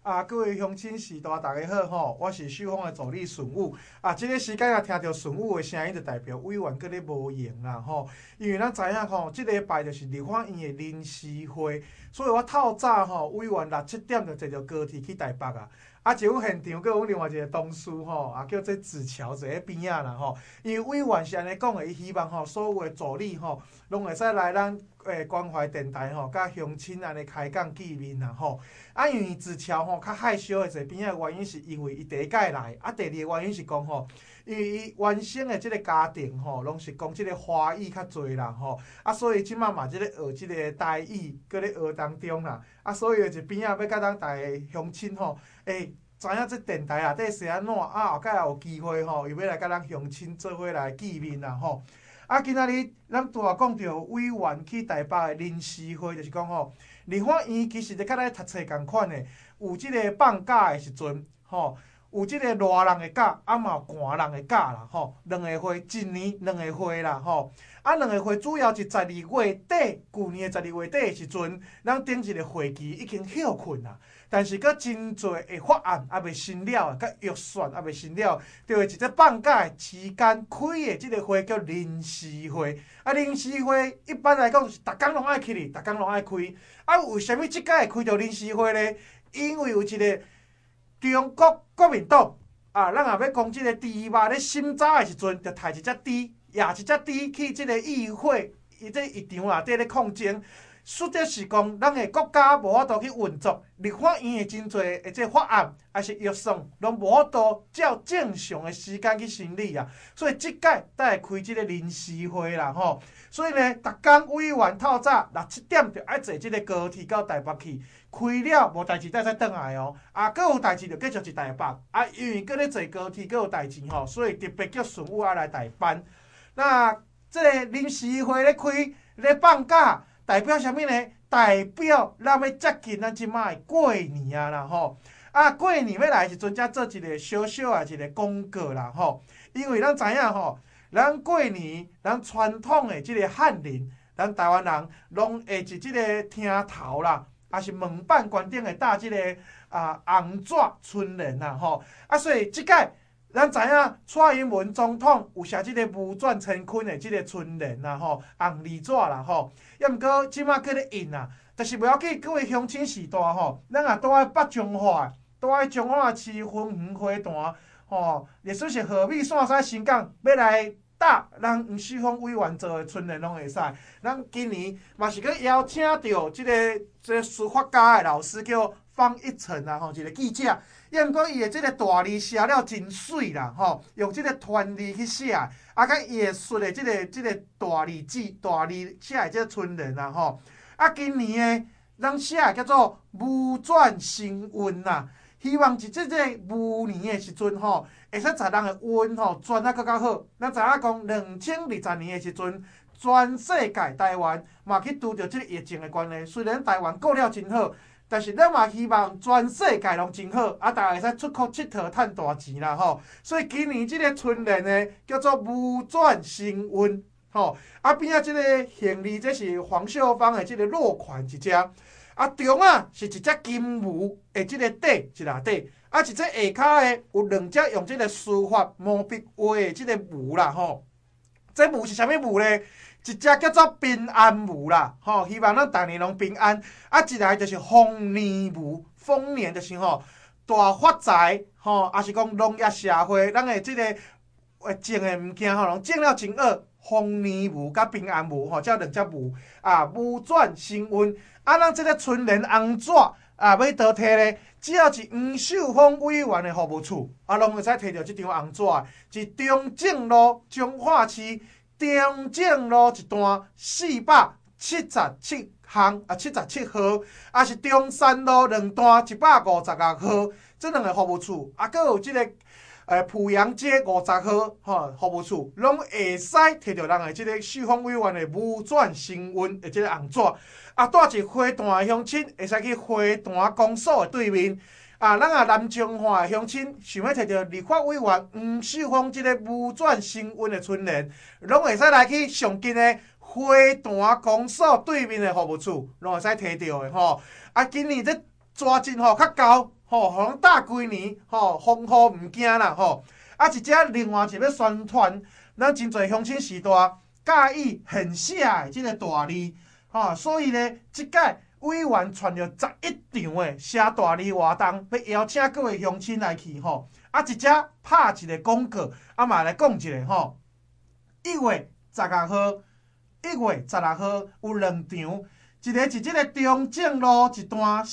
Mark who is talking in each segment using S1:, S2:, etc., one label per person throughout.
S1: 各位乡亲士大大家好吼，我是秀芳的助理顺武。这个时间也听到顺武的声音，就代表委员搁咧无闲啦吼。因为咱知影吼，即礼拜就是立法院的临时会，所以我透早吼，委员6、7点就坐着高铁去台北啊。一有现场，搁有另外一个同事吼，叫做子乔坐咧边仔啦吼。因为委员是安尼讲的，伊希望吼，所有的助理吼，拢会使来咱关怀电台吼，甲乡亲安尼开讲见面啦吼。因为子乔吼较害羞的坐边仔原因是因为伊第一届来，第二个原因是讲吼，因为伊原生的即个家庭吼，拢是讲即个华语较侪啦吼，所以即马嘛即个学即个台语，搁咧学当中啦，所以就边仔要甲咱大家乡亲吼，知影即电台内底是安怎后盖有机会吼，又要来甲咱乡亲做伙来见面啦吼。今仔日咱拄讲到委员去台北的临时会，就是讲吼，立法院其实就甲咱读册共款的，有即个放假的时阵吼，有即个热人的假，嘛有寒人的假啦吼，两个会，一年两个会啦吼。两个会主要是12月底，旧年的12月底的时阵，咱顶一个会期已经休困啦。但是，阁真侪的法案还未审了，甲预算还未审了，就会伫这放假的期间开的即个会叫临时会。临时会一般来讲是逐工拢爱去哩，逐工拢爱开。为虾米即届会开着临时会呢？因为有一个中国国民党咱若要讲即个猪肉咧审查的时阵，着抬一只猪，压一只猪去即个议会，伊这议场内底咧抗争。实质是讲，咱的国家无法度去运作，立法院的真侪的这法案还是预算，拢无法度照正常的时间去审理啊。所以即届才会开即个临时会啦吼。所以呢，逐工委员透早6、7点就爱坐即个高铁到台北去，开了无代志才转来哦。搁有代志就继续去台北。因为搁咧坐高铁，搁有代志吼，所以特别叫顺武来代班。那即个临时会咧开咧放假。代表啥物呢？代表咱要接近咱即摆的过年啊啦吼！过年要来的时阵，才做一个小小的一个广告啦吼。因为咱知影吼，咱过年咱传统的即个汉人，咱台湾人拢会伫即个厅头啦，也是门板关顶会搭即个红纸春联啦吼。所以即届咱知影蔡英文总统有写即个无转乾坤的即个春联啦吼，红字纸啦吼。毋过即马搁咧印啦，但是袂要紧，各位乡亲时代吼，咱也住在北中华，住在中华市分园花坛吼，历史是河美线西新港要来搭咱黄秀芳委员做的春联拢会使。咱今年嘛是搁邀请到即个书法家的老师叫方一成啦吼，一个记者。毋过伊的即个大字写了真水啦吼，用即个团字去写，甲艺术的即个大字写的即个春联啦吼。今年的咱写叫做无转新运啦，希望是即个牛年的时阵吼，会使使人的运吼转更较好。咱知影讲2020年的时阵，全世界台湾嘛去拄着即个疫情的关系，虽然台湾过了真好。但是咱嘛希望全世界拢真好，大家会使出国佚佗趁大钱啦吼。所以今年即个春联呢，叫做无转新运吼。边仔即个行李，这是黄秀芳的即个落款一只。中是一只金牛的即个底一拉底，一只下骹的有2只用即个书法毛笔画的即个牛啦吼。这牛是啥物牛呢？一只叫做平安牛啦，吼，希望咱逐年拢平安。一来就是丰年牛，丰年就是大发财，也是讲农业社会，咱的即个种的物件拢种了真好。丰年牛甲平安牛这2只牛无转新运。咱即个春联红纸要倒摕咧，只要是黄秀芳委员的服务处，拢会使摕到即张红纸，是中正路彰化市。中正路一段477巷77号，是中山路2段156号，这2个服务处，搁有即个濮阳街50号服务处，拢会使摕到咱的即个秀芳委员的无转新运的即个红纸。带一花坛的乡亲会使去花坛公所的对面。咱南中华的乡亲想要摕到立法委员黄秀芳即个无转新运的春联，拢会使来去上近的花坛公所对面的服务处，拢会使摕到的吼。今年这抓真较厚， 互人打规年，风雨毋惊啦，啊，一只另外一要宣传，咱真侪乡亲时代介意现写的即个大字，所以呢，即届委员传着11场的写大字活动，要邀请各位乡亲来去，啊，一只拍一个广告，啊嘛来讲一下1月16号，1月16号有2场。一个是即个中正路一段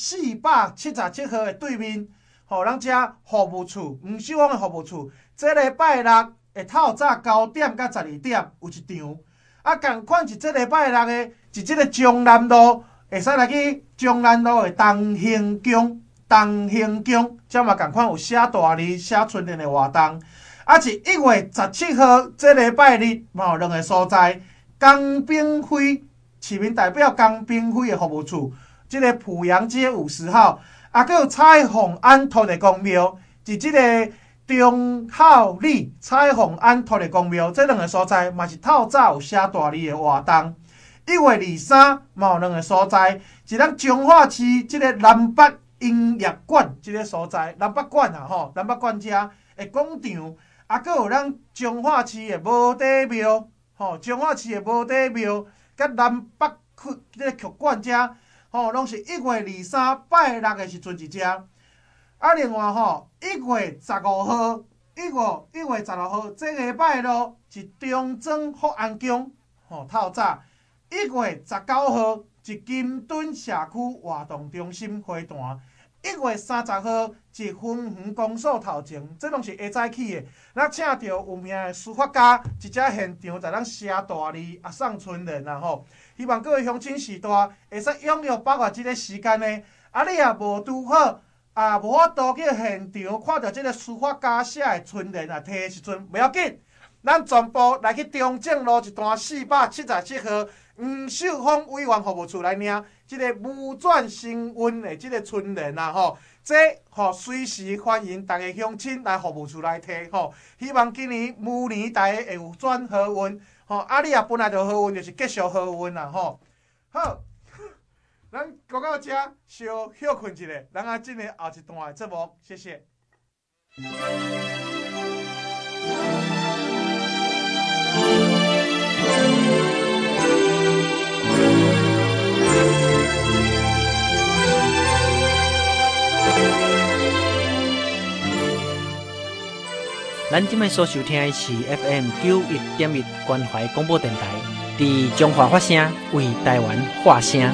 S1: 477号的对面，咱遮服务处黄秀芳的服务处，这礼拜六会透早9点到12点有一场。啊，共款是这礼拜六的，是即个中南路，会使来去中南路的东兴宫，遮嘛共款有写大字、写春联的活动。啊，是1月17号，这礼拜日嘛有2个所在，江滨辉。市民代表江滨辉的服务处，即个濮阳街50号，啊，还有彩虹庵土地公庙，是即个中孝里彩虹庵土地公庙，这2个所在嘛是透早有写大字的活动。1月23嘛有2个所在，是咱彰化市即个南北音乐馆即个所在，南北馆啊南北馆遮的广场，啊，还有咱彰化市的无底庙，彰化市的无底庙。甲南北区即个曲馆遮，拢是1月23拜六的时阵一只。啊，另外1月15号，1月16号，这个礼拜咯是中正福安宫，透早。1月19号是金墩社区活动中心花坛。1月30号是分园公所头前，这拢是下早起的。咱请到有名的书法家，一只现场在咱写大字啊送春联啦希望各位乡亲时代会使踊跃把握这个时间呢。啊，你也无拄好啊，无法度去现场看到这个书法家写的春联啊，摕的时阵不要紧，咱全部来去中正路一段477号黄秀芳委员服务处来领。即个无转升温的即个春联啊，这随时欢迎大家乡亲来服务处来摕希望今年牛年大家会有转好运啊，你也本来就好运，就是继续好运啦好，咱讲到这，稍休困一下，咱啊进入后一段的节目，谢谢。
S2: 咱今麦所收听的是 FM 91.1关怀广播电台，伫中华发声，为台湾发声。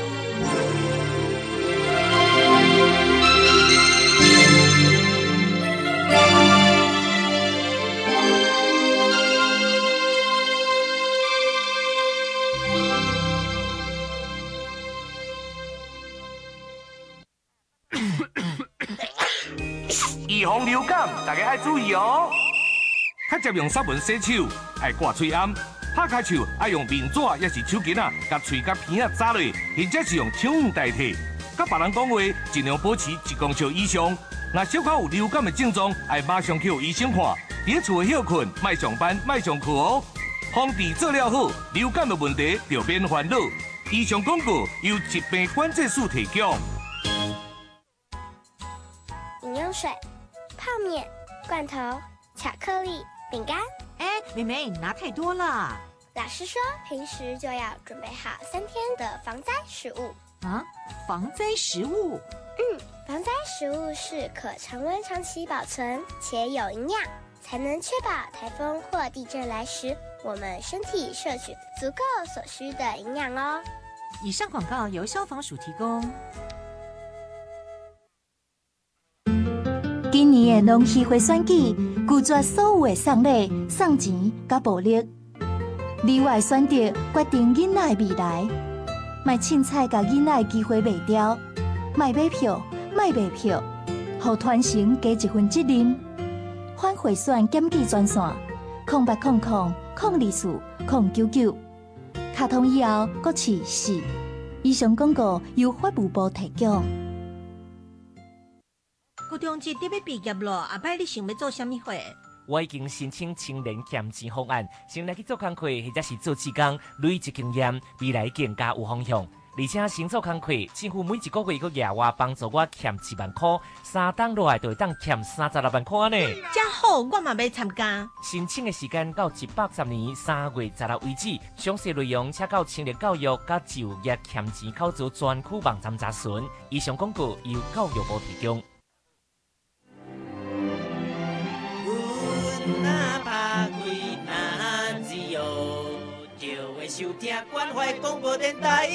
S3: 预防流感，大家爱注意哦。较常用sabun洗手，爱挂嘴暗。拍开手爱用面纸，也是手巾甲喙甲鼻扎落，或者是用手语代替。甲别人讲话，尽量保持1公尺以上。若小可有流感的症状，爱马上去医生看。伫厝休困，莫上班，莫上课哦。防治做了好，流感的问题就免烦恼。以上广告由疾病管制署提供。
S4: 饮用水、泡面、罐头、巧克力、饼干。
S5: 妹妹，你拿太多了。
S4: 老师说，平时就要准备好3天的防灾食物。
S5: 啊，防灾食物？
S4: 防灾食物是可常温长期保存且有营养，才能确保台风或地震来时，我们身体摄取足够所需的营养哦。
S5: 以上广告由消防署提供。
S6: 今年的农渔会选举，拒绝所有的送礼、送钱甲暴力。你我的选择决定囡仔的未来，莫凊彩甲囡仔的机会卖掉，莫买票，莫卖票，互团成加一份责任。反贿选检举专线0800024099，卡通以后搁试4。以上广告由法务部提供。
S5: 高中节你要毕业咯，后摆你想要做什么货？
S7: 我已经申请青年减钱方案，先来去做工课或者是做志工，累积经验，未来更加有方向。 而且新做工课，政府每一个月佫额外帮助我欠7万块，3档落来就会当欠36万块呢。
S5: 真好，我嘛要参加。
S7: 申请的时间到110年3月16为止，详细内容请到青年教育甲就业欠钱考助专区网站查询。以上广告由教育部提供。
S2: 收听关怀广播电台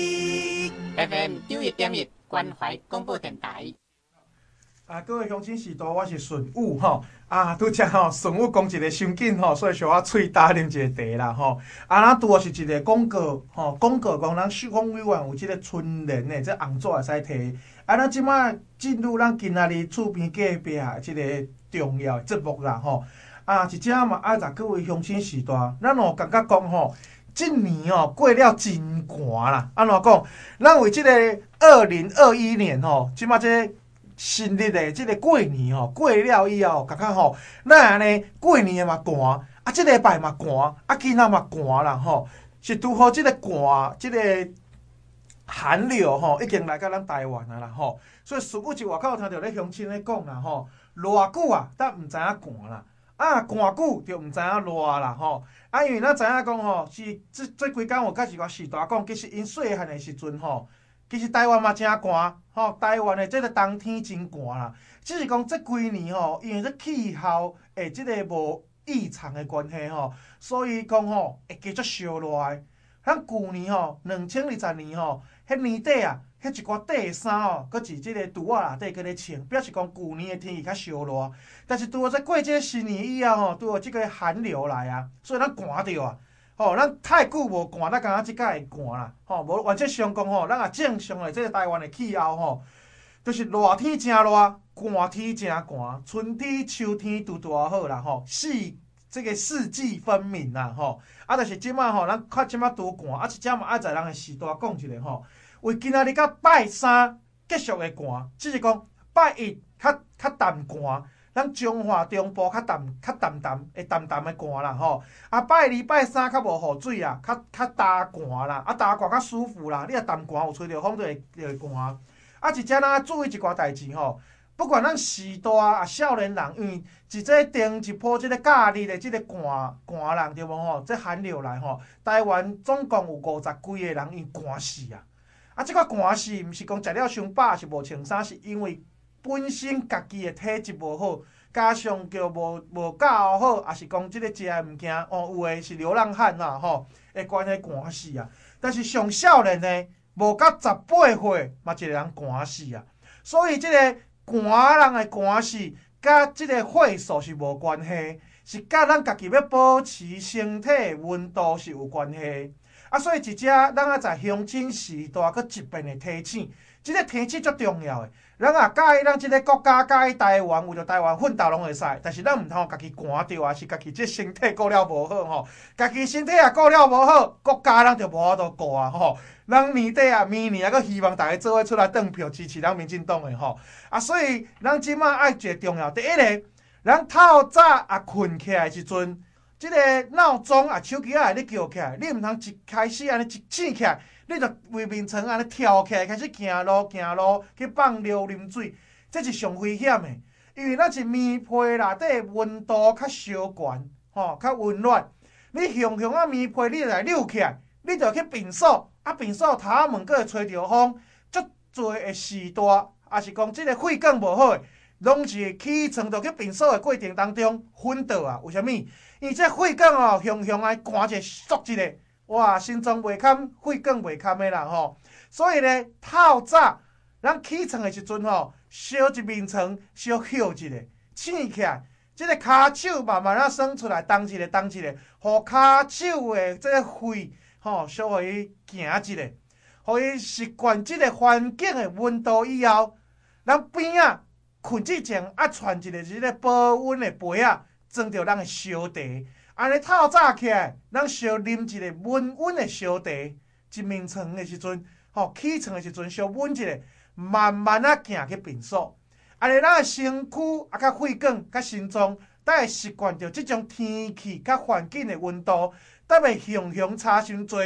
S2: FM 91.1关怀广播电台。
S1: 各位乡亲时代，我是顺武吼。拄则吼，顺武讲一个伤紧吼，所以小我喙打啉一个茶啦吼。咱拄是一个广告吼，广告讲咱秀峰委员有即个春联的，这红纸会使摕。咱即摆进入咱今仔日厝边隔壁即个重要的节目啦吼。一只嘛爱甲各位乡亲时代，咱感觉讲吼。今年过了真寒啦，安怎讲？咱为即个2021年即马这新历的即个过年过了以后，感觉咱安尼过年嘛寒，即礼拜嘛寒，今仔嘛寒啦是拄好即个寒，即个寒流已经来到咱台湾啦所以顺武一外口听到咧乡亲咧讲啦偌久啊，但毋知影寒啦。寒久就毋知影热啦因为咱知影讲是这几工有甲一个时代讲，其实因细汉的时阵其实台湾嘛真寒台湾的这个冬天真寒啦。只是讲这几年因为这气候的这个无异常的关系所以讲会继续烧热的。咱旧年2020年迄年底迄一寡底衫佫是即个拄仔内底咧穿，表示讲旧年的天气较烧热。但是拄好在过这个新年以后拄好即个寒流来所以咱寒着咱太久无寒，咱感觉即摆会寒啦无原则上讲咱正常的即个台湾的气候就是热天真热，寒天真寒，春天、秋天拄好啦这个四季分明啦但是即摆咱看即摆拄寒，一只嘛爱在咱的时代讲一下为今仔日到拜三继续会寒，只是讲拜一较淡寒，咱中华中部较淡会淡的寒啦拜二拜三较无雨水较大寒啦大寒较舒服啦。你若淡寒有吹着风就会寒一只咱注意一寡代志不管咱时代少年人，因为一这顶一波即个假日的即个寒人对无这寒流来台湾总共有50几个人因寒死即个寒死，毋是讲食了伤饱是无穿衫，是因为本身家己的体质无好，加上叫无教好，也是讲即个食的物件有诶是流浪汉会关系寒死但是上少年的无到18岁嘛，一个人寒死所以即个寒人的寒死，甲即个岁数是无关系，是甲咱家己要保持身体温度是有关系。所以一只咱在乡亲时代佫一遍的提醒，即个天气足重要的。咱介意咱即个国家介意台湾，为着台湾奋斗拢会使，但是咱毋通家己寒着是家己即身体顾了无好家己身体顾了无好，国家咱就无法度顾咱年底明年佫希望大家做伙出来转票支持咱民进党的所以咱即摆爱一个重要，第一个，咱透早困起来的时阵。即个闹钟手机会咧叫起来，你毋通一开始安尼一醒起来，你就为面床安尼跳起来，开始行路去放尿啉水，这是上危险的。因为咱是棉被内底温度较烧悬，较温暖。你熊棉被你来溜起来，你就去便所，便所头仔门佫会吹着风，足侪的时代，也是讲即个血管无好的，拢是起床着去便所的过程当中昏倒为虾米？因为这血管熊的寒者缩一个，哇，心脏袂堪，血管袂堪的啦所以呢，透早咱起床的时阵烧一面床，烧休一下，醒起来，这个骹手慢慢伸出来，动一下，互骹手的这个肺小互伊行一下，互伊习惯这个环境的温度以后，咱边困之前传一个保温的杯装着咱的烧茶，安尼透早起来，咱烧啉一个温的烧茶，一面床的时阵，起床的时阵烧温一下，慢慢行去便所。安尼咱的身躯甲血管、甲心脏，才会习惯着即种天气甲环境的温度，才袂熊差伤多，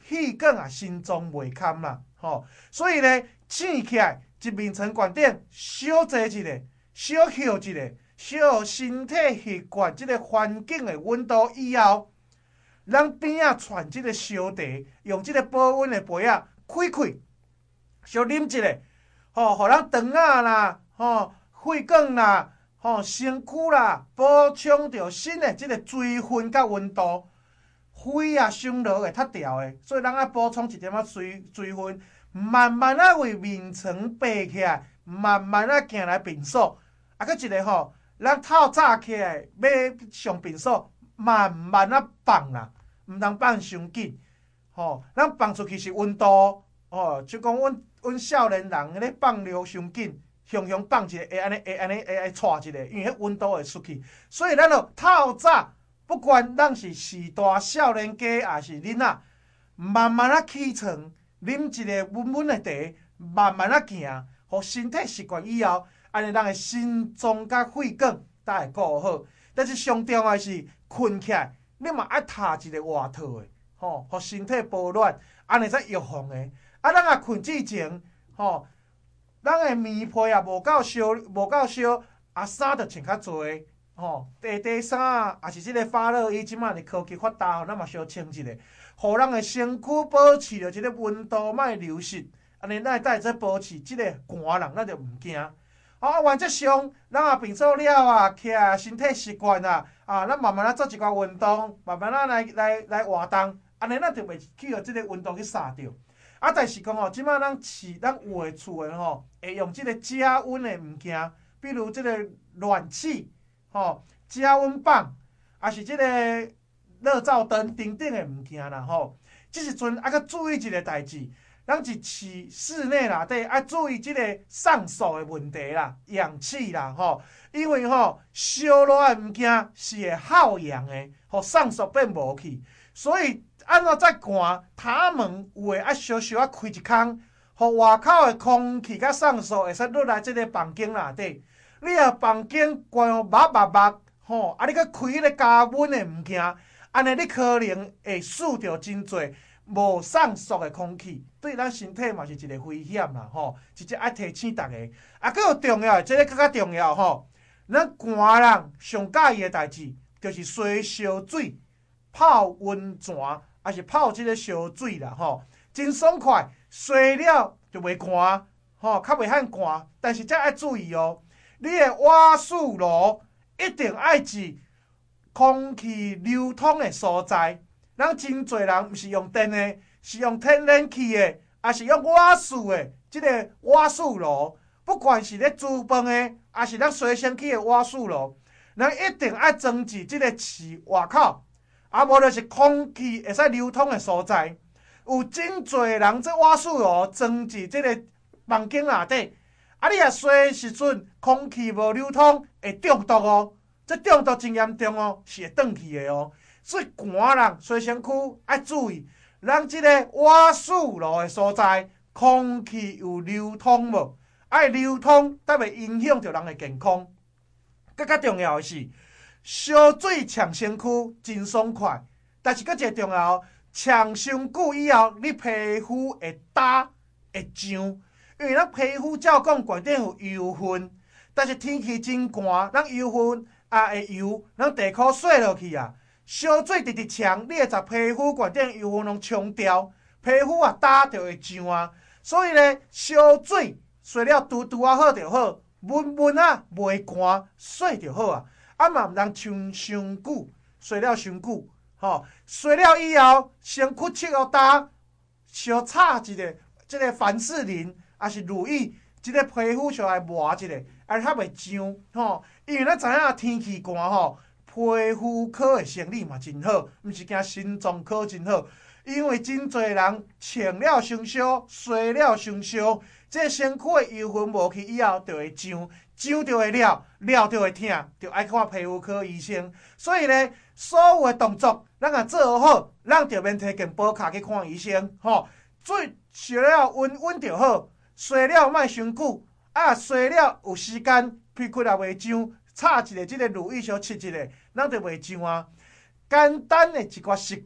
S1: 气管啊心脏袂堪啦，所以咧醒起来一眠床悬顶小坐一下，小休一下，小身体血管即个环境的温度以后，咱边仔传即个烧茶，用即个保温的杯仔开开，小啉一下，互咱肠仔啦，血管啦，身躯啦，补充着新的即个水分甲温度，血啊上落会较调的，所以咱爱补充一点仔水分，慢慢啊为面床爬起来，慢慢啊行来便所，啊，佫一个咱透早起来要上便所，慢慢啊放啦，毋通放伤紧，咱放出去是温度，就讲阮少年人咧放尿伤紧。雄放一个，会安尼带一个，因为迄温度会出去，所以咱就透早，不管咱是大少年家，还是囡仔，慢慢啊起床，啉一个温温的茶，慢慢啊行，互身体习惯以后，安尼咱的心脏甲血管才会顾好。但是上重要是困起来，你嘛爱踏一个外套的，互身体保暖，安尼才预防的。啊，咱啊困之前，咱的棉被啊无够烧，啊衫着穿较侪，地衫啊，也是即个发热衣，即摆的科技发达，咱嘛小穿一下，互咱的身躯保持着即个温度莫流失，安尼咱会保持即个寒人，咱着毋惊。原则上，咱啊便所了啊，起来身体习惯啊，咱慢慢啊做一寡运动，慢慢啊来活动，安尼咱就袂去互即个温度去杀着。但是讲即摆咱有诶厝诶会用即个加温诶物件，比如即个暖气，加温棒，也是即个热灶灯等等诶物件啦，即时阵较注意一个代志，咱是室内内底爱注意即个上锁诶问题啦，氧气啦，因为烧热诶物件是会耗氧诶，互上锁变无去，所以。安怎再寒？塔门有诶爱稍稍啊开一空，互外口诶空气甲送数会使落来即个房间内底。你若房间关密，你搁开迄个加温诶物件，安尼你可能会输着真侪无送数诶空气，对咱身体嘛是一个危险啦，直接爱提醒大家。搁有重要诶，即个更较重要咱寒人上介意诶代志，就是洗烧水、泡温泉。还是泡即个烧水啦，真爽快，洗了就袂寒，较袂遐寒。但是则爱注意你的瓦斯炉一定爱是空气流通的所在。咱真侪人毋是用电的，是用天然气的，还是用瓦斯的即个瓦斯炉。不管是咧煮饭的，还是咱洗身体的瓦斯炉，咱一定爱装置即个市外口。无就是空气会使流通的所在，有真侪人这瓦斯炉装置即个房间内底，你若洗时阵空气无流通，会中毒这中毒真严重是会转去的所以寒人洗身躯爱注意，咱即个瓦斯炉的所在空气有流通无？爱流通，才袂影响到人的健康。更较重要的是。烧水呛身躯真爽快，但是佫一个重要，呛伤久以后，你皮肤会干会痒，因为咱皮肤照讲悬顶有油分，但是天气真寒，咱油分会油，咱地壳洗落去啊，烧水直直呛，你会把皮肤悬顶油分拢冲掉，皮肤干就会痒啊。所以咧，烧水洗了拄好就好，温温袂寒，洗就好啊。嘛毋通冲伤久，洗了伤久，洗了以后，身躯拭干，小擦一个即个凡士林，还是乳液，即个皮肤上来抹一下，较袂痒，因为咱知影天气寒皮肤科的生理嘛真好，毋是惊心脏科真好，因为真侪人穿了伤烧，洗了伤烧，这身躯的油分无去以后，就会痒。痒就会了就会痛，就爱看皮肤科医生。所以咧，所有的动作咱若做好，咱就免摕件保卡去看医生。水烧了温就好，洗了莫伤久，洗了有时间，皮肤也袂痒，擦一个即个乳液小拭一下，咱就袂痒啊。简单的一寡习惯，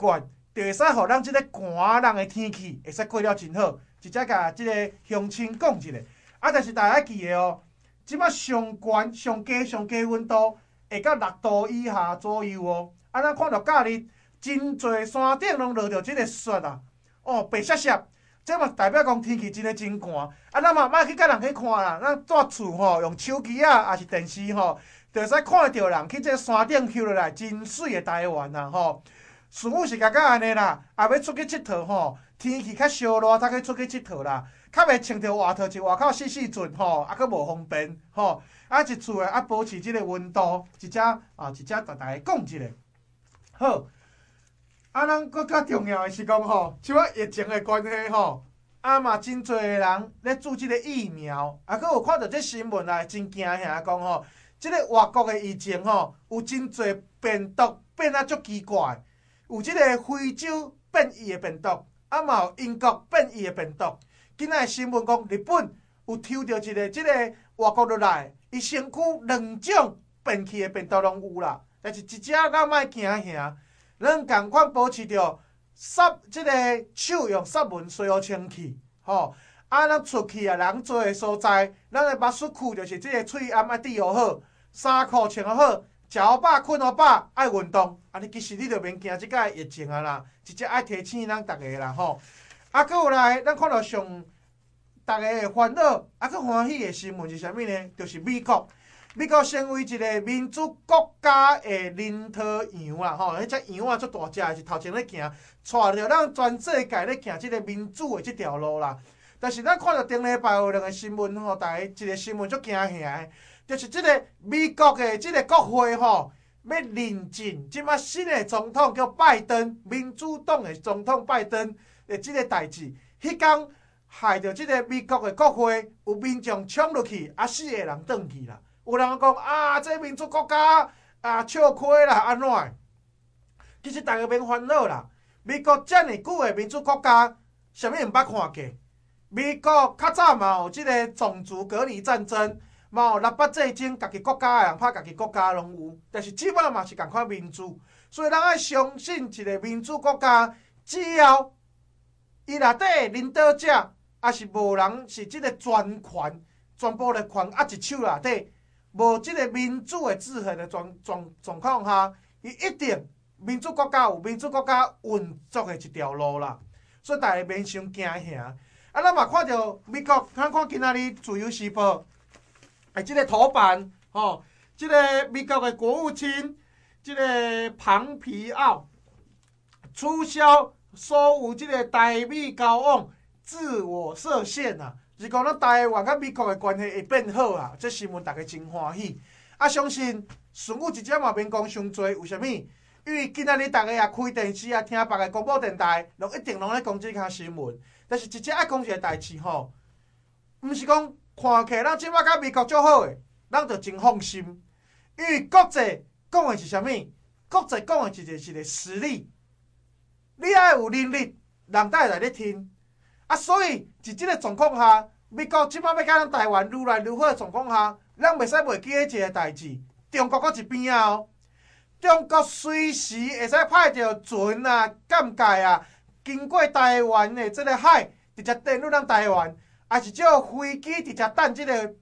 S1: 就会使互咱即个寒冷的天气会使过了真好。直接甲即个乡亲讲一下，但是大家记得哦，即摆上悬、上低温度会到6度以下左右哦。咱看到假日真侪山顶拢落着即个雪啊，白雪雪，这嘛代表讲天气真诶真寒。咱嘛莫去甲人去看啦，咱住厝吼用手机啊，也是电视吼，就会使看到人去这山顶翕落来真水诶台湾啦吼。顺武是甲安尼啦，也要出去佚佗吼。天气较烧热，才去出去佚佗啦。较袂穿着外套，去外口洗阵吼，佫无方便吼。一厝诶保持即个温度，一只甲大家讲一下。好，咱佫较重要诶是讲吼，像疫情诶关系吼，嘛真侪人咧注即个疫苗，佫有看到这新闻啊，真惊吓讲吼，即个外国诶疫情吼，有真侪病毒变啊足奇怪，有即个非洲变异诶病毒。嘛有英国变异的病毒，今仔新闻讲日本有抽到一个即个外国落来，伊身躯2种变去的病毒拢有啦。但是一只咱莫惊吓，咱共款保持着即个手用湿文洗好清气，吼。咱出去啊，人多的所在，咱的目屎裤就是即个喙暗爱滴好，衫裤穿好，食好饱，困好饱，爱运动。其实你着免惊即个疫情啊啦，直接爱提醒咱逐个啦吼。佫有来，咱看到上逐个会烦恼，佫欢喜的新闻是啥物呢？就是美国，美国成为一个民主国家的领头羊啦吼。迄只羊啊，足大只，是头前咧行，带着咱全世界咧行即个民主的即条路啦。但是咱看到顶礼拜有2个新闻吼，大家一个新闻足惊吓的，就是即个美国的即个国会吼。要认证即摆新的总统叫拜登，民主党的总统拜登的即个代志，迄天害着即个美国的国会有民众冲入去，4个人转去啦。有人讲这民主国家笑亏啦，安怎的？其实大家免烦恼啦。美国遮尔久的民主国家，啥物毋捌看过？美国较早嘛有即个种族隔离战争。嘛有600战争，家己国家的人拍家己国家拢有，但是即摆嘛是共款民主，所以咱爱相信一个民主国家，只要伊内底领导者也是无人是即个专权，全部咧权握一手内底，无即个民主的制衡的状况下，伊一定民主国家有民主国家运作的一条路啦。所以大家免伤惊吓。咱嘛看到美国，咱看今仔日自由时报。即个头版吼，即个美国的国务卿，即个庞皮奥取消所有即个台美交往自我设限啊，是讲咱台湾甲美国的关系会变好啊，这新闻大家真欢喜。相信顺武一只嘛免讲伤多，为虾米？因为今仔日大家也开电视啊，听别个广播电台，一定拢咧讲即项新闻。但是一只爱讲一个代志吼，毋是讲。看起咱即摆甲美国足好诶，咱就真放心，因为国际讲诶是啥物？国际讲诶就是一个实力，你爱有能力，人才会来咧听。所以伫即个状况下，美国即摆要甲咱台湾愈来愈好诶状况下，咱袂使袂记迄一个代志，中国搁一边啊哦，中国随时会使派着船啊、舰舰啊，经过台湾诶即个海，直接登陆咱台湾。也是叫飞机直接弹即个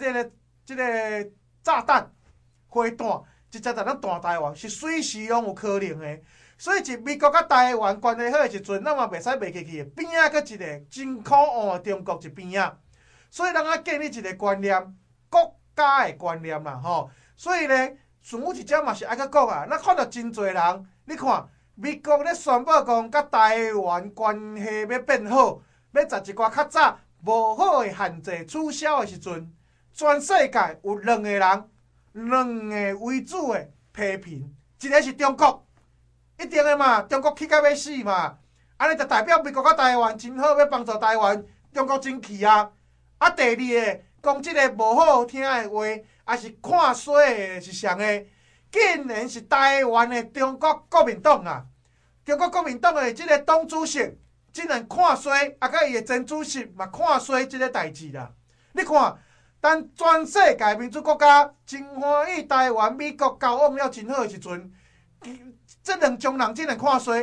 S1: 炸弹、飞弹，直接在咱大台湾，是随时拢有可能的。所以，一美国甲台湾关系好的时阵，咱嘛袂使袂记去，边仔搁一个真可恶的中国一边仔。所以，咱爱建立一个观念，国家的观念啦，吼。所以咧，顺武一只嘛是爱搁讲啊，咱看到真侪人，你看美国咧宣布讲甲台湾关系要变好，要在一寡较早。无好的限制取消的时阵，全世界有2个人，2个为主的批评，一个是中国，一定的嘛，中国气到要死嘛，安尼就代表美国甲台湾真好，要帮助台湾，中国真气啊。第二个讲即个无好听的话，也是看衰的是谁的？竟然是台湾的中国国民党啊！中国国民党的即个党主席。竟然看衰，甲伊的前主席嘛看衰即个代志啦。你看，当全世界民主国家真欢喜台湾美国交往了真好的时阵，这2种人竟然看衰，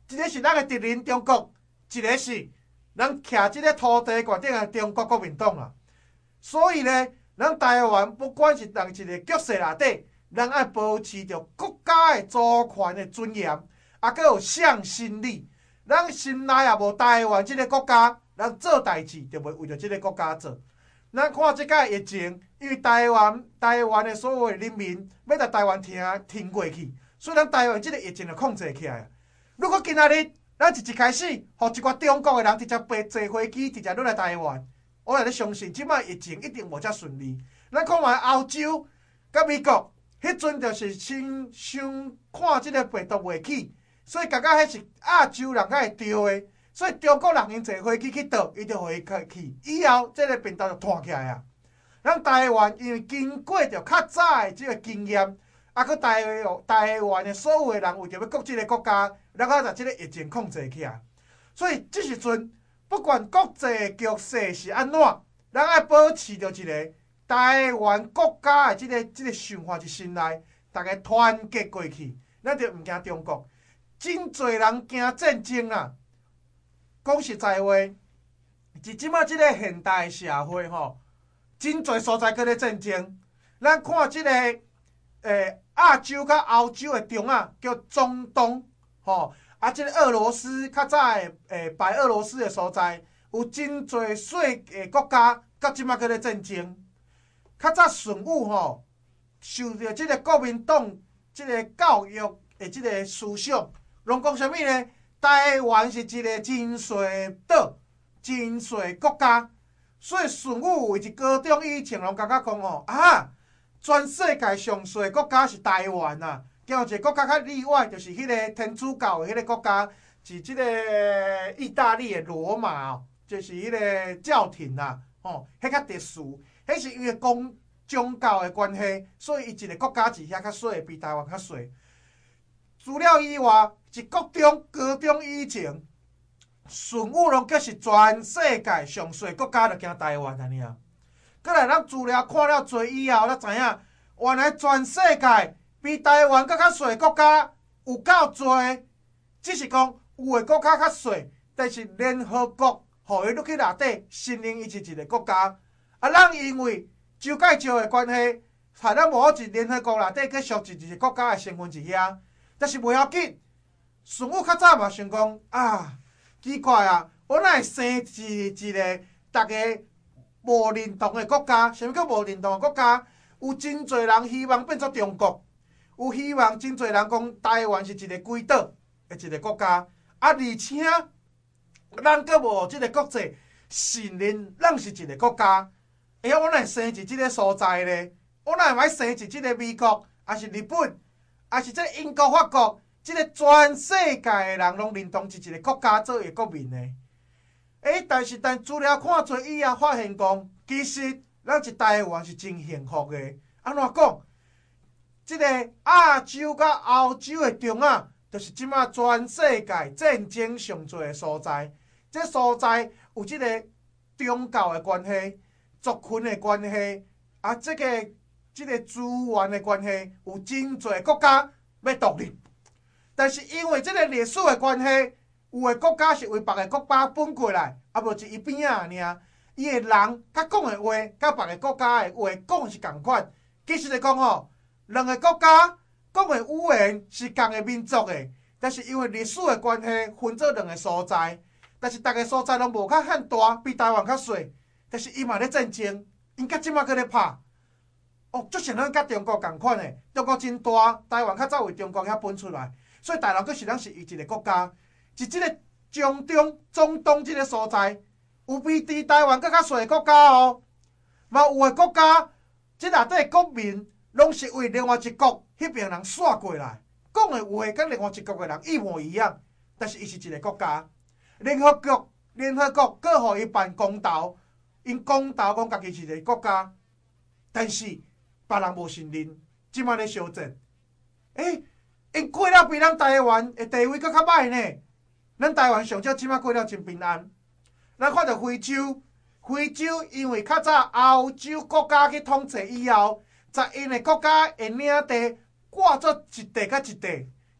S1: 一个是咱的敌人中国，一个是咱徛即个土地决定的中国国民党啊。所以呢，咱台湾不管是当一个局势内底，咱爱保持着国家的主权的尊严，啊，佮有向心力。咱心内也无台湾即个国家，咱做代志就袂为着即个国家做。咱看即届疫情，因为台湾的所有的人民要甲台湾挺过去，所以咱台湾即个疫情就控制起来。如果今仔日咱一开始，互一寡中国的人直接坐飞机直接落来台湾，我也相信即摆疫情一定无遮顺利。咱看卖欧洲甲美国，迄阵就是先看即个病毒袂起，所以感觉迄是亚洲人才会着的。所以中国人因坐飞机去倒，伊就互伊去，以后即个病毒就传起来啊。咱台湾因为经过着较早的即个经验，啊，佮台湾的所有的人为着要顾即个国家，咱甲把即个疫情控制起来。所以即时阵，不管国际局势是安怎，咱爱保持着一个台湾国家的即个想法是心内，大家团结过去，咱就毋惊中国。真侪人惊战争啊！讲实在话，是即摆即个现代社会吼，真侪所在搁咧战争。咱看即个亚洲甲欧洲的中啊，叫中东吼，啊，即个俄罗斯较早的白俄罗斯的所在，有真侪小的国家，到即摆搁咧战争。较早顺武吼，受到即个国民党即个教育的即个思想，拢讲啥物呢？台湾是一个真衰岛、真衰国家，所以顺武为一高中以前，拢感觉讲吼啊，全世界上衰国家是台湾啊。叫一个国家较例外，就是迄个天主教的迄个国家，是即个意大利的罗马哦，就是迄个教廷啊，吼，迄较特殊，迄是因为宗教的关系，所以伊一个国家是遐较衰，比台湾较衰。除了以外，是国中、高中以前，顺武拢叫是全世界上衰国家，就惊台湾安尼啊。过来，咱资料看了侪以后，咱知影原来全世界比台湾更较衰国家有够侪，只是讲有的国家较衰，但是联合国互伊落去内底承认伊是一个国家。啊，咱因为周介石的关系，害咱无好伫联合国内底继续是一个国家的身份伫遐。但是袂要紧，顺武较早嘛想讲啊，奇怪啊，我哪会生一个大家无认同的国家？啥物叫无认同的国家？有真侪人希望变作中国，有希望真侪人讲台湾是一个鬼岛的一个国家，啊，而且咱阁无即个国际承认咱是一个国家。我哪会生伫即个所在呢？我哪会买生伫即个美国，还是日本？也是即个英国、法国，即个全世界的人拢认同是一个国家做为国民的。但是资料看做以后，发现讲，其实咱是台湾是真幸福的。安怎讲？即个亚洲甲欧洲的中啊，就是即马全世界战争上多的所在。这所在有即个宗教的关系、族群的关系，啊，即个资源的关系，有真侪国家要独立，但是因为即个历史的关系，有的国家是为别个国家分过来，啊无是伊边仔尔，伊的人甲讲的话，甲别个国家的话讲是共款。其实来讲吼，两个国家讲的语言是共个民族的，但是因为历史的关系，分做两个所在，但是逐个所在拢无较遐大，比台湾较细，但是伊嘛咧战争，因甲即马搁咧拍。就像咱甲中国共款的，中国真大，台湾较早为中国遐分出来，所以台湾阁是咱是伊一个国家，是即个中东即个所在，有比伫台湾阁较细的国家哦。嘛有的国家，即内底国民拢是为另外一国迄边人刷过来，讲的话甲另外一国的人一模一样，但是伊是一个国家。联合国阁互伊办公投，因公投讲家己是一个国家，但是别人无承认，即摆咧相争。因过了比咱台湾的地位搁较歹呢。咱台湾上少即摆过了真平安。咱看到非洲因为较早欧洲国家去统治以后，在因的国家的领地挂做一地甲一地，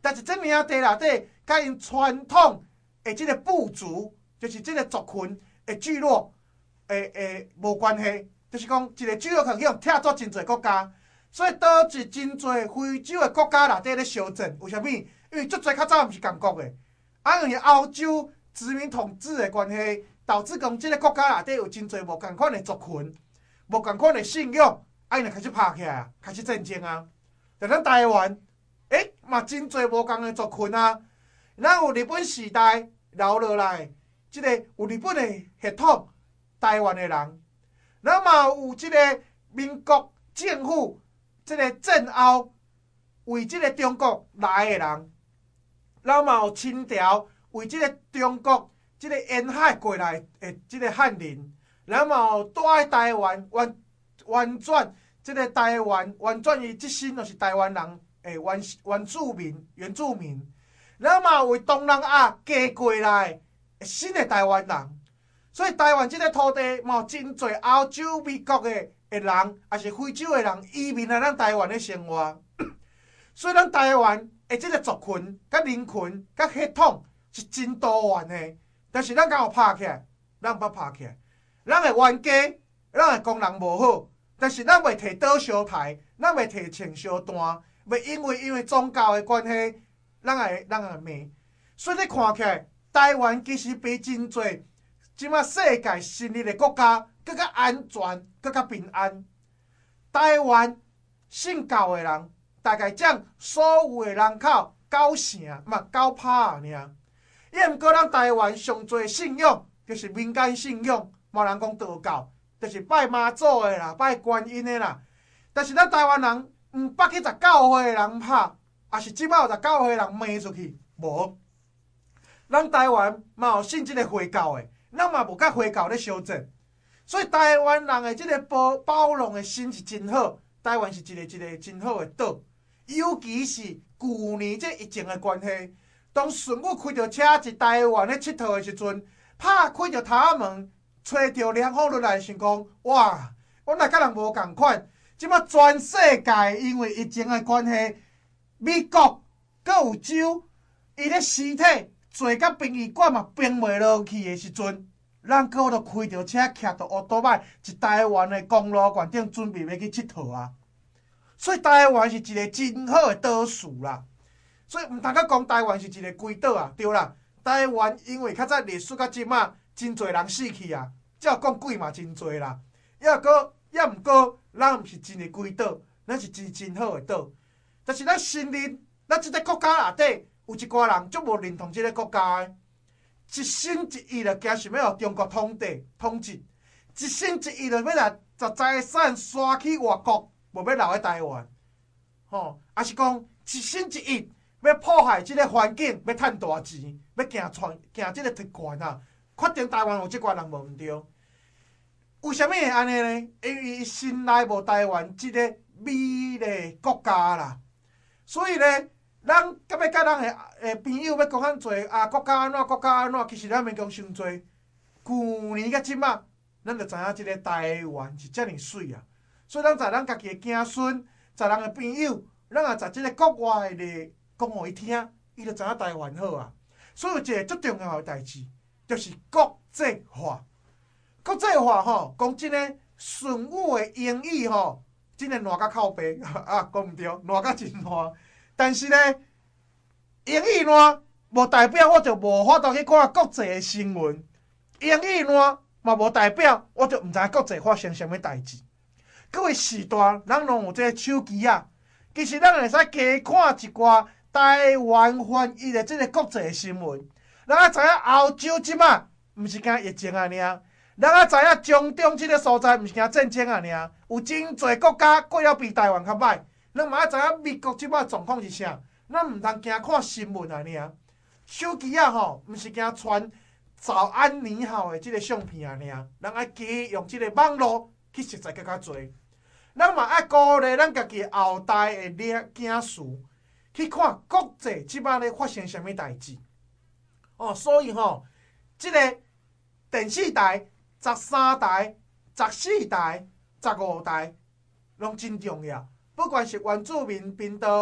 S1: 但是这领地内底，甲因传统的即个部族，就是即个族群的聚落，无关系。就是讲，一个聚落可能去用拆做真侪国家，所以导致真侪非洲的国家内底咧相争。为虾米？因为足侪较早毋是共国的，因为欧洲殖民统治的关系，导致讲即个国家内底有真侪无共款的族群，无共款的信仰，因就开始拍起来啊，开始战争啊。就咱台湾，嘛真侪无共的族群啊。咱有日本时代留落来，即个有日本的血统，台湾的人。咱嘛有即个民国政府即个战后为即个中国来的人，咱嘛有清朝为即个中国即个沿海过来的即个汉人，咱嘛有住喺台湾原转即个台湾原转伊即身就是台湾人诶原住民，咱嘛有为东南亚嫁过来新的台湾人。所以台湾即个土地嘛有真侪欧洲、美国的人，也是非洲的人移民来咱台湾咧生活。所以咱台湾的即个族群、甲人群、甲血统是真多元的。但是咱敢有拍起来？咱毋捌拍起来。咱会冤家，咱会讲人无好，但是咱袂摕刀相抬，咱袂摕枪相弹，袂因为宗教的关系，咱会骂。所以你看起来，台湾其实比真侪。即马世界新立的国家更较安全，更较平安。台湾信教的人，大概占所有的人口9%，嘛9%尔。伊毋过咱台湾上侪信仰就是民间信仰，无人讲道教，就是拜妈祖的啦，拜观音的啦。但是咱台湾人毋捌去19岁的人拍，也是即摆有19岁的人骂出去，无。咱台湾嘛有信即个回教的。咱嘛无甲回教咧相争，所以台湾人的即个包容的心是真好。台湾是一个真好的岛，尤其是去年这疫情的关系，当顺武开着车伫台湾咧佚佗的时阵，开着头仔门，吹着凉风落来，想讲哇，我若甲人无共款。即摆全世界因为疫情的关系，美国佮有州，伊咧尸体。坐到殡仪馆嘛冰袂落去的时阵，咱搁都开着车，骑着乌托邦，伫台湾的公路馆顶准备要去佚佗啊。所以台湾是一个真好的岛屿啦。所以毋通甲讲台湾是一个鬼岛啊，对啦。台湾因为较早历史到即马，真侪人死去啊，照讲鬼嘛真侪啦。抑毋过，咱毋是真的鬼岛，咱是真好的岛。但是咱承认，咱即个国家内底。有一寡人足无认同即个国家的，一心一意就惊想要互中国统治，一心一意就要来把财产刷去外国，无要留喺台湾，也是讲一心一意要破坏即个环境，要趁大钱，要行即个特权啊！确定台湾有即寡人无毋对？为虾米会安尼呢？因为伊心内无台湾即个美丽国家啦，所以呢。咱甲要甲咱的朋友要讲遐济啊，国家安怎？其实咱免讲伤济。去年甲即马，咱就知影即个台湾是遮尔水啊。所以咱在咱家己的子孙，在人的朋友，咱也在即个国外的讲互伊听，伊就知影台湾好啊。所以有一个最重要的代志，就是国际化。国际化讲真诶，顺武的英语真诶烂甲靠背啊，讲毋对，烂甲真烂。但是呢，英语烂无代表我就无法度去看国际的新闻，英语烂嘛无代表我就毋知国际发生啥物代志。各位时代，咱拢有这个手机啊，其实咱会使加看一寡台湾翻译的这个国际的新闻。咱也知影欧洲即马毋是惊疫情啊尔，咱也知影中东即个所在毋是惊战争啊尔，有真侪国家过了比台湾较歹。咱嘛要知影美国即摆状况是啥，咱毋通惊看新闻啊尔。手机啊毋是惊传早安你好的即个相片啊尔，咱爱加用即个网络去熟悉更较侪。咱嘛爱鼓励咱家己后代的囝婿去看国际即摆咧发生啥物代志。所以即个电视台、13台、14台、15台，拢真重要。不管是原住民频道，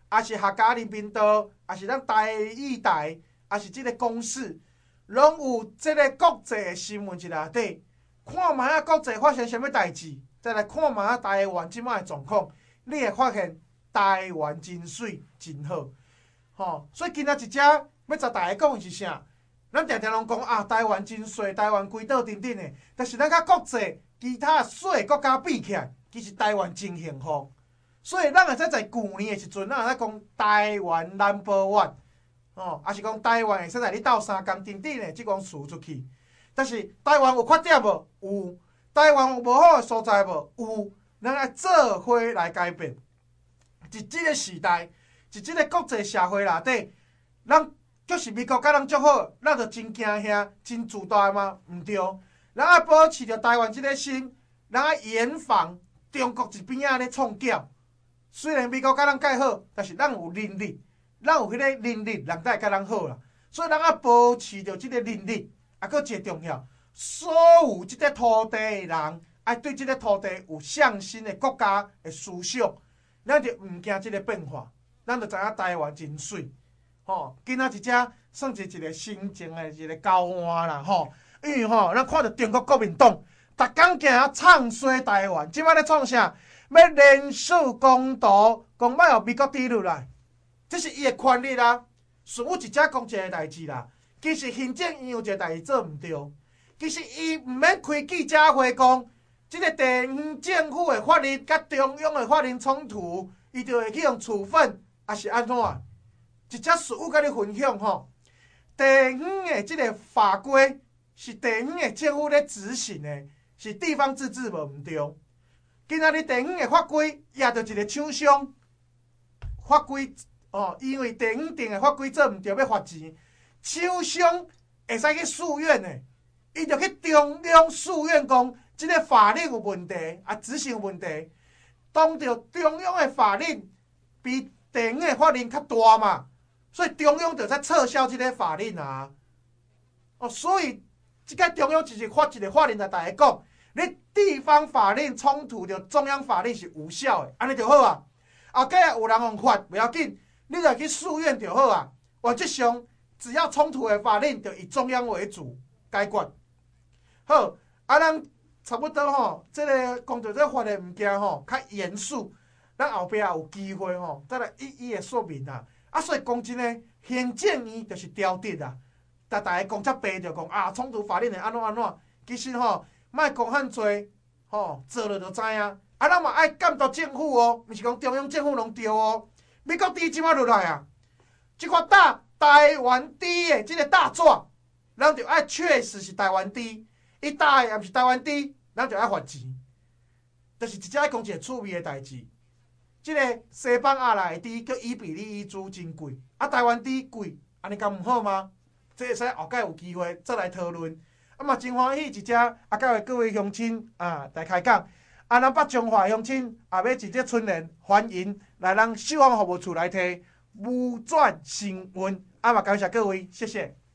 S1: 也是客家人民道，也是咱台语台，也是即个公视，拢有即个国际的新闻一内底，看卖啊国际发生啥物代志，再来看卖啊台湾即摆的状况，你会发现台湾真水真好，吼！所以今仔一只要甲大家讲的是啥？咱常常拢讲啊，台湾真水，台湾规岛等等的，但是咱甲国际其他水国家比起来，其实台湾真幸福。所以咱会使在旧年的时阵，咱会使讲台湾 No.1， 哦，也是讲台湾会使来你斗相共等等的即种词出去。但是台湾有缺点无？有。台湾有无好的所在无？有。咱来做伙来改变。伫即个时代，伫即个国际社会内底，咱就是美国甲咱足好，咱就真惊遐，真自大吗？毋对，咱爱保持着台湾即个心，咱爱严防中国一边仔咧创搅。虽然美国甲咱介好，但是咱有能力，咱有迄个能力，人才会甲咱好啦。所以咱爱保持着即个能力，啊，佫一个重要，所有即个土地的人，爱对即个土地有向心的国家的思想，咱就毋惊即个变化，咱就知影台湾真水。吼，今仔一只算是一个心情的一个交换啦，吼，因为吼，咱看到中国国民党，逐工行啊唱衰台湾，即摆咧创啥？要连署公投，讲要互美国滴入来，这是伊的权利啦。顺有一只讲一个代志啦，其实行政院有一个代志做毋对，其实伊毋免开记者会讲，即个地方政府的法律甲中央的法律冲突，伊就会去用处分，还是安怎？一只事物甲你分享吼，地方的即个法规是地方的政府咧执行的，是地方自治无毋对。今仔日地方的法规也着一个厂商法规哦，因为地方定的法规做毋对要罚钱，厂商会使去诉愿的，伊着去中央诉愿讲，即个法令有问题，啊执行有问题，当着中央的法令比地方的法令较大嘛，所以中央着使撤销即个法令啊。哦，所以即个中央就是发一个法令来大家讲。你地方法令冲突着中央法令是无效的，安尼就好啊。后盖有人用罚袂要紧，你就去诉愿就好啊。原则上，只要冲突的法令，就以中央为主解决。好，啊，咱差不多吼，这个讲到这法的物件吼，较严肃，咱后壁有机会吼，再来一一的说明啊。啊，所以讲真诶，行政院就是刁滴啊，大家讲遮白就讲啊，冲突法令会安怎安怎，其实吼。莫讲遐多，吼，做了就知影。啊，咱嘛爱监督政府哦，毋是讲中央政府拢对哦。美国猪即摆落来啊，即款台湾猪的即个大纸，咱就爱确实是台湾猪，伊打的也毋是台湾猪，咱就爱罚钱。就是一只爱讲一个趣味的代志。即个西方亚来的猪叫伊比利猪真贵，啊，台湾猪贵，安尼敢毋好吗？这会使后盖有机会再来讨论。啊嘛真欢喜一只，啊，甲位各位乡亲啊来开讲，啊，咱北中华乡亲也要一只春联，欢迎来咱秀安服务处来摕无转新闻，啊嘛感谢各位，谢谢。